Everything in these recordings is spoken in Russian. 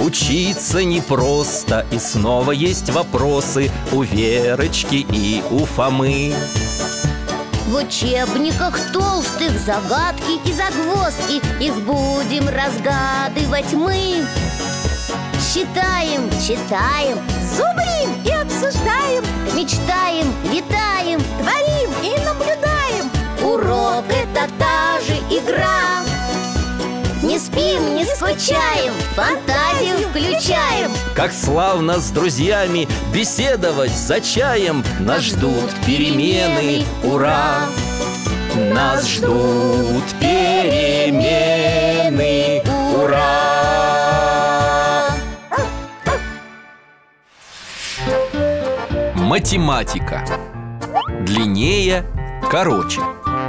Учиться непросто, и снова есть вопросы у Верочки и у Фомы. В учебниках толстых загадки и загвоздки, их будем разгадывать мы. Считаем, читаем, зубрим и обсуждаем, мечтаем, летаем, творим и наблюдаем. Урок — это та же игра. Не спим, не скучаем, фантазию включаем. Как славно с друзьями беседовать за чаем. Нас ждут перемены, ура! Нас ждут перемены, ура! Математика. Длиннее, короче.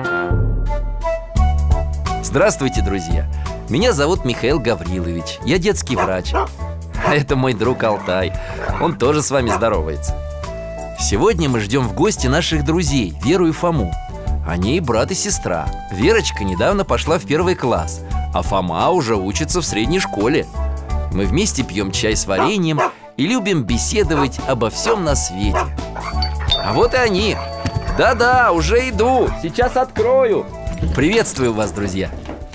Здравствуйте, друзья! Меня зовут Михаил Гаврилович, я детский врач. А это мой друг Алтай, он тоже с вами здоровается. Сегодня мы ждем в гости наших друзей, Веру и Фому. Они брат и сестра. Верочка недавно пошла в 1 класс, а Фома уже учится в средней школе. Мы вместе пьем чай с вареньем и любим беседовать обо всем на свете. А вот и они. Да-да, уже иду, сейчас открою. Приветствую вас, друзья.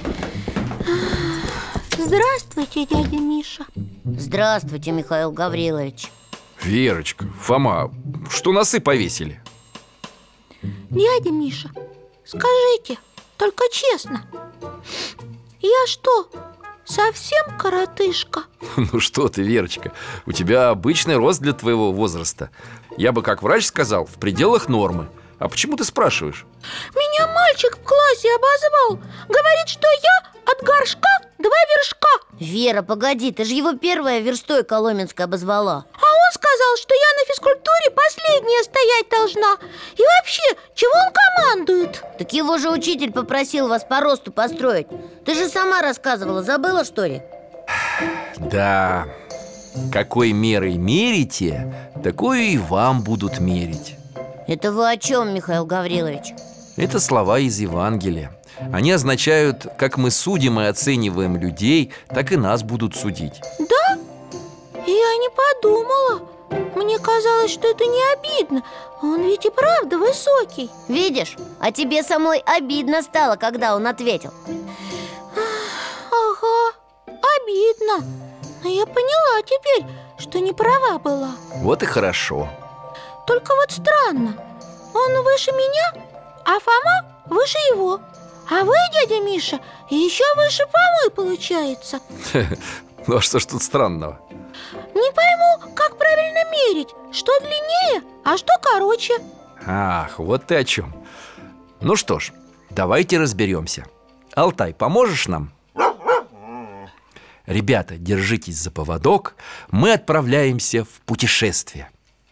Здравствуйте, дядя Миша. Здравствуйте, Михаил Гаврилович. Верочка, Фома, что носы повесили? Дядя Миша, скажите, только честно, я что, совсем коротышка? Ну что ты, Верочка, у тебя обычный рост для твоего возраста. Я бы как врач сказал, в пределах нормы. А почему ты спрашиваешь? Меня мальчик в классе обозвал. Говорит, что я от горшка 2 вершка. Вера, погоди, ты же его первая верстой Коломенской обозвала. А он сказал, что я на физкультуре последняя стоять должна. И вообще, чего он командует? Так его же учитель попросил вас по росту построить. Ты же сама рассказывала, забыла, что ли? Да, какой мерой мерите, такую и вам будут мерить. Это вы о чем, Михаил Гаврилович? Это слова из Евангелия. Они означают, как мы судим и оцениваем людей, так и нас будут судить. Да? Я не подумала. Мне казалось, что это не обидно. Он ведь и правда высокий. Видишь, а тебе самой обидно стало, когда он ответил. Ага, обидно. Но я поняла теперь, что не права была. Вот и хорошо. Только вот странно. Он выше меня, а Фома выше его. А вы, дядя Миша, еще выше Фомы получается. Ну а что ж тут странного? Не пойму, как правильно мерить. Что длиннее, а что короче. Ах, вот ты о чем. Ну что ж, давайте разберемся. Алтай, поможешь нам? Ребята, держитесь за поводок. Мы отправляемся в путешествие.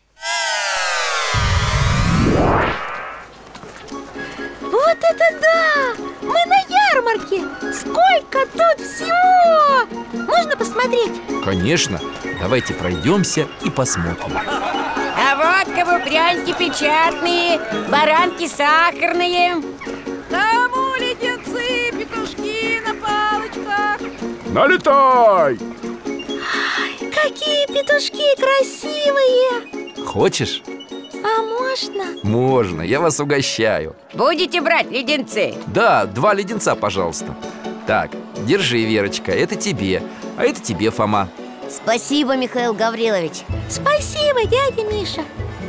Вот это да! Мы на ярмарке! Сколько тут всего! Можно посмотреть? Конечно, давайте пройдемся и посмотрим. А вот кого пряники печатные, баранки сахарные. Тому леденцы, петушки на палочках. Налетай! Какие петушки красивые! Хочешь? А можно? Можно, я вас угощаю. Будете брать леденцы? Да, 2 леденца, пожалуйста. Так, держи, Верочка, это тебе. А это тебе, Фома. Спасибо, Михаил Гаврилович. Спасибо, дядя Миша.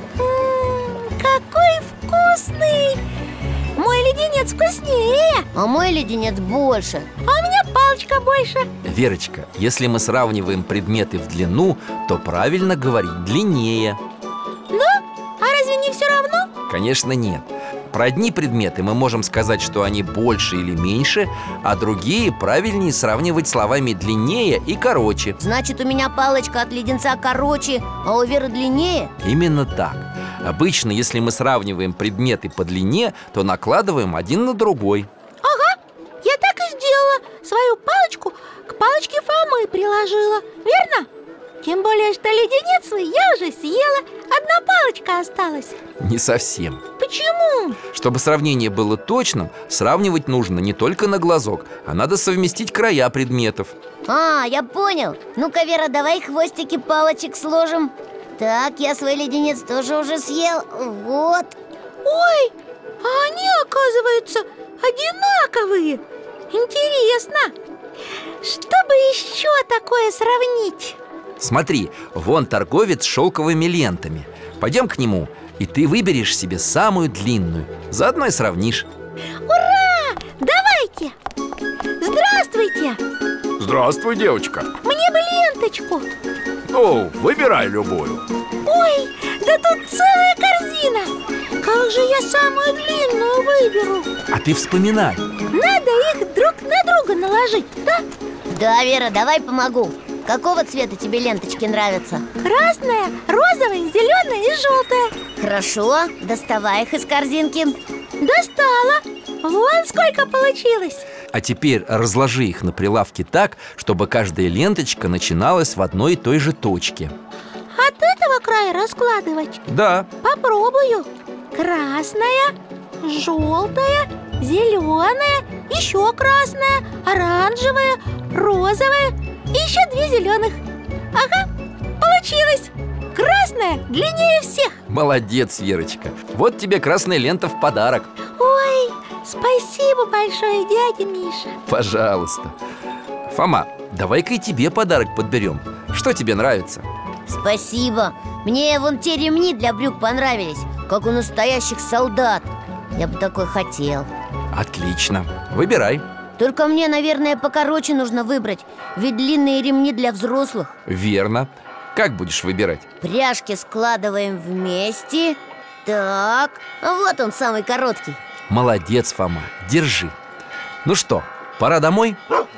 Какой вкусный! Мой леденец вкуснее. А мой леденец больше. А у меня палочка больше. Верочка, если мы сравниваем предметы в длину, то правильно говорить длиннее. Да? А разве не все равно? Конечно, нет. Про одни предметы мы можем сказать, что они больше или меньше, а другие правильнее сравнивать словами длиннее и короче. Значит, у меня палочка от леденца короче, а у Веры длиннее? Именно так. Обычно, если мы сравниваем предметы по длине, то накладываем один на другой. Ага, я так и сделала. Свою палочку к палочке Фомы приложила, верно? Тем более, что леденец свой я уже съела. Одна палочка осталась. Не совсем. Почему? Чтобы сравнение было точным, сравнивать нужно не только на глазок, а надо совместить края предметов. А, я понял. Ну-ка, Вера, давай хвостики палочек сложим. Так, я свой леденец тоже уже съел. Вот. Ой, а они, оказывается, одинаковые. Интересно. Что бы еще такое сравнить? Смотри, вон торговец с шелковыми лентами. Пойдем к нему, и ты выберешь себе самую длинную. Заодно и сравнишь. Ура! Давайте! Здравствуйте! Здравствуй, девочка. Мне бы ленточку. Ну, выбирай любую. Ой, да тут целая корзина. Как же я самую длинную выберу? А ты вспоминай. Надо их друг на друга наложить, да? Да, Вера, давай помогу. Какого цвета тебе ленточки нравятся? Красная, розовая, зеленая и желтая. Хорошо, доставай их из корзинки. Достала. Вон сколько получилось. А теперь разложи их на прилавке так, чтобы каждая ленточка начиналась в одной и той же точке. От этого края раскладывать? Да. Попробую. Красная, желтая, зеленая, еще красная, оранжевая, розовая и еще 2 зеленых. Ага, получилось. Красная длиннее всех. Молодец, Верочка. Вот тебе красная лента в подарок. Ой, спасибо большое, дядя Миша. Пожалуйста. Фома, давай-ка и тебе подарок подберем. Что тебе нравится? Спасибо. Мне вон те ремни для брюк понравились, как у настоящих солдат. Я бы такой хотел. Отлично. Выбирай. Только мне, наверное, покороче нужно выбрать. Ведь длинные ремни для взрослых. Верно. Как будешь выбирать? Пряжки складываем вместе. Так, вот он самый короткий. Молодец, Фома. Держи. Ну что, пора домой?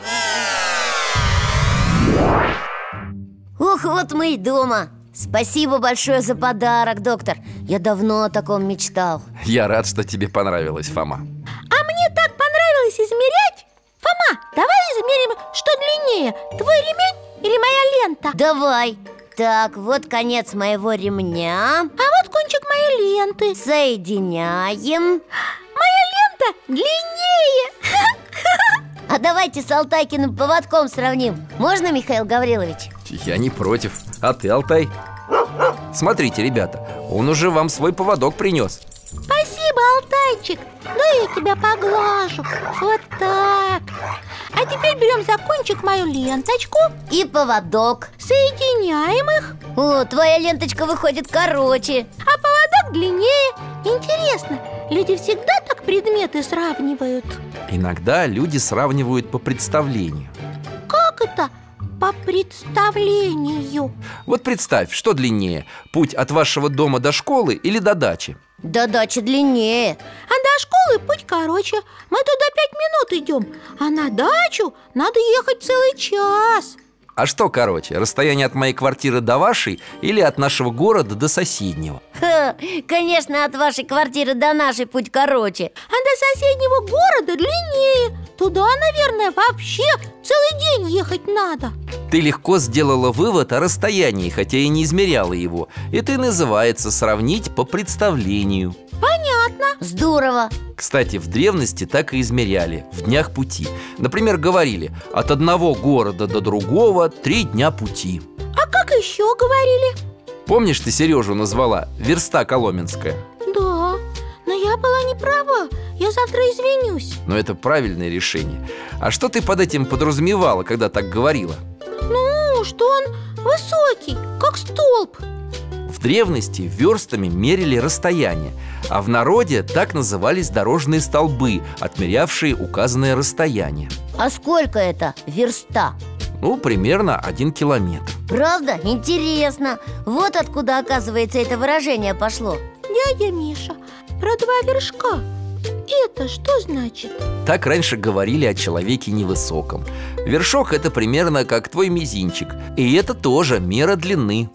Ух, вот мы и дома. Спасибо большое за подарок, доктор. Я давно о таком мечтал. Я рад, что тебе понравилось, Фома. А мне так понравилось измерять. Фома, давай измерим, что длиннее, твой ремень или моя лента? Давай. Так, вот конец моего ремня. А вот кончик моей ленты. Соединяем. Моя лента длиннее. А давайте с Алтайкиным поводком сравним. Можно, Михаил Гаврилович? Я не против. А ты, Алтай? Смотрите, ребята, он уже вам свой поводок принес. Спасибо, Алтайчик. Да я тебя поглажу. Вот так. А теперь берем за кончик мою ленточку. И поводок. Соединяем их. О, твоя ленточка выходит короче. А поводок длиннее. Интересно, люди всегда так предметы сравнивают? Иногда люди сравнивают по представлению. Как это? По представлению. Вот представь, что длиннее, путь от вашего дома до школы или до дачи? До дачи длиннее. А до школы путь короче. Мы туда 5 минут идем. А на дачу надо ехать целый час. А что короче, расстояние от моей квартиры до вашей или от нашего города до соседнего? Ха, конечно, от вашей квартиры до нашей путь короче. А до соседнего города длиннее. Туда, наверное, вообще целый день ехать надо. Ты легко сделала вывод о расстоянии, хотя и не измеряла его. Это и называется сравнить по представлению. Понятно. Здорово. Кстати, в древности так и измеряли, в днях пути. Например, говорили, от одного города до другого 3 дня пути. А как еще говорили? Помнишь, ты Сережу назвала верста коломенская? Да, но я была не права. Я завтра извинюсь. Но это правильное решение. А что ты под этим подразумевала, когда так говорила? Ну, что он высокий, как столб. В древности верстами мерили расстояние, а в народе так назывались дорожные столбы, отмерявшие указанное расстояние. А сколько это верста? Ну, примерно 1 километр. Правда? Интересно. Вот откуда, оказывается, это выражение пошло. Дядя Миша, про 2 вершка. Это что значит? Так раньше говорили о человеке невысоком. Вершок – это примерно как твой мизинчик. И это тоже мера длины.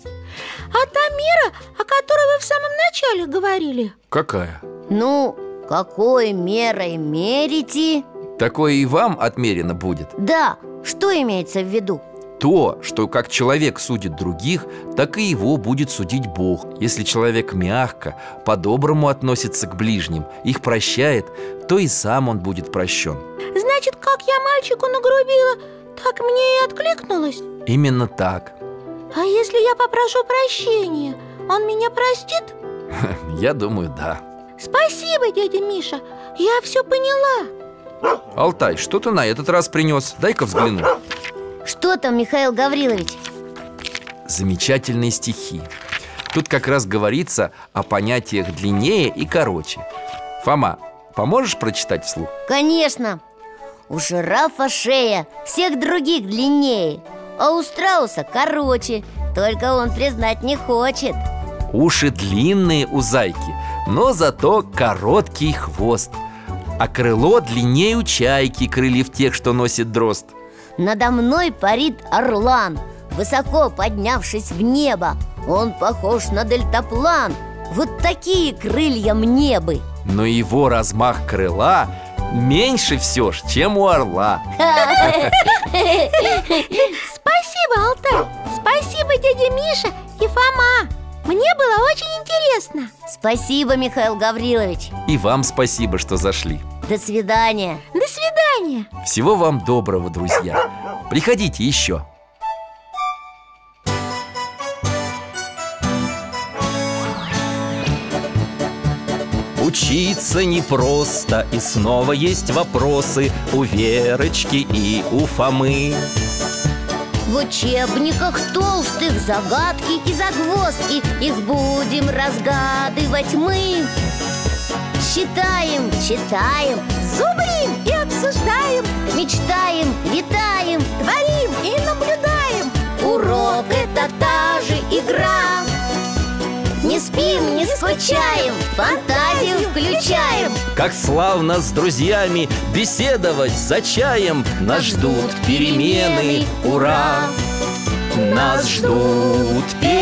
А та мера, о которой вы в самом начале говорили? Какая? Ну, какой мерой мерите? Такое и вам отмерено будет. Да, что имеется в виду? То, что как человек судит других, так и его будет судить Бог. Если человек мягко, по-доброму относится к ближним, их прощает, то и сам он будет прощен. Значит, как я мальчику нагрубила, так мне и откликнулось? Именно так. А если я попрошу прощения, он меня простит? Я думаю, да. Спасибо, дядя Миша, я все поняла. Алтай, что ты на этот раз принес? Дай-ка взгляну. Что там, Михаил Гаврилович? Замечательные стихи. Тут как раз говорится о понятиях длиннее и короче. Фома, поможешь прочитать вслух? Конечно. У жирафа шея всех других длиннее, а у страуса короче, только он признать не хочет. Уши длинные у зайки, но зато короткий хвост. А крыло длиннее у чайки, крыльев тех, что носит дрозд. Надо мной парит орлан, высоко поднявшись в небо. Он похож на дельтаплан, вот такие крылья мне бы. Но его размах крыла меньше все ж, чем у орла. Спасибо, Алтай. Спасибо, дядя Миша и Фома. Мне было очень интересно. Спасибо, Михаил Гаврилович. И вам спасибо, что зашли. До свидания. До свидания. Всего вам доброго, друзья. Приходите еще. Учиться непросто, и снова есть вопросы у Верочки и у Фомы. В учебниках толстых загадки и загвоздки, их будем разгадывать мы. Считаем, читаем, зубрим и обсуждаем, мечтаем, летаем, творим и наблюдаем. Урок — это та же игра. Не спим, не скучаем, фантазию включаем. Как славно с друзьями беседовать за чаем. Нас ждут перемены, ура! Нас ждут перемены.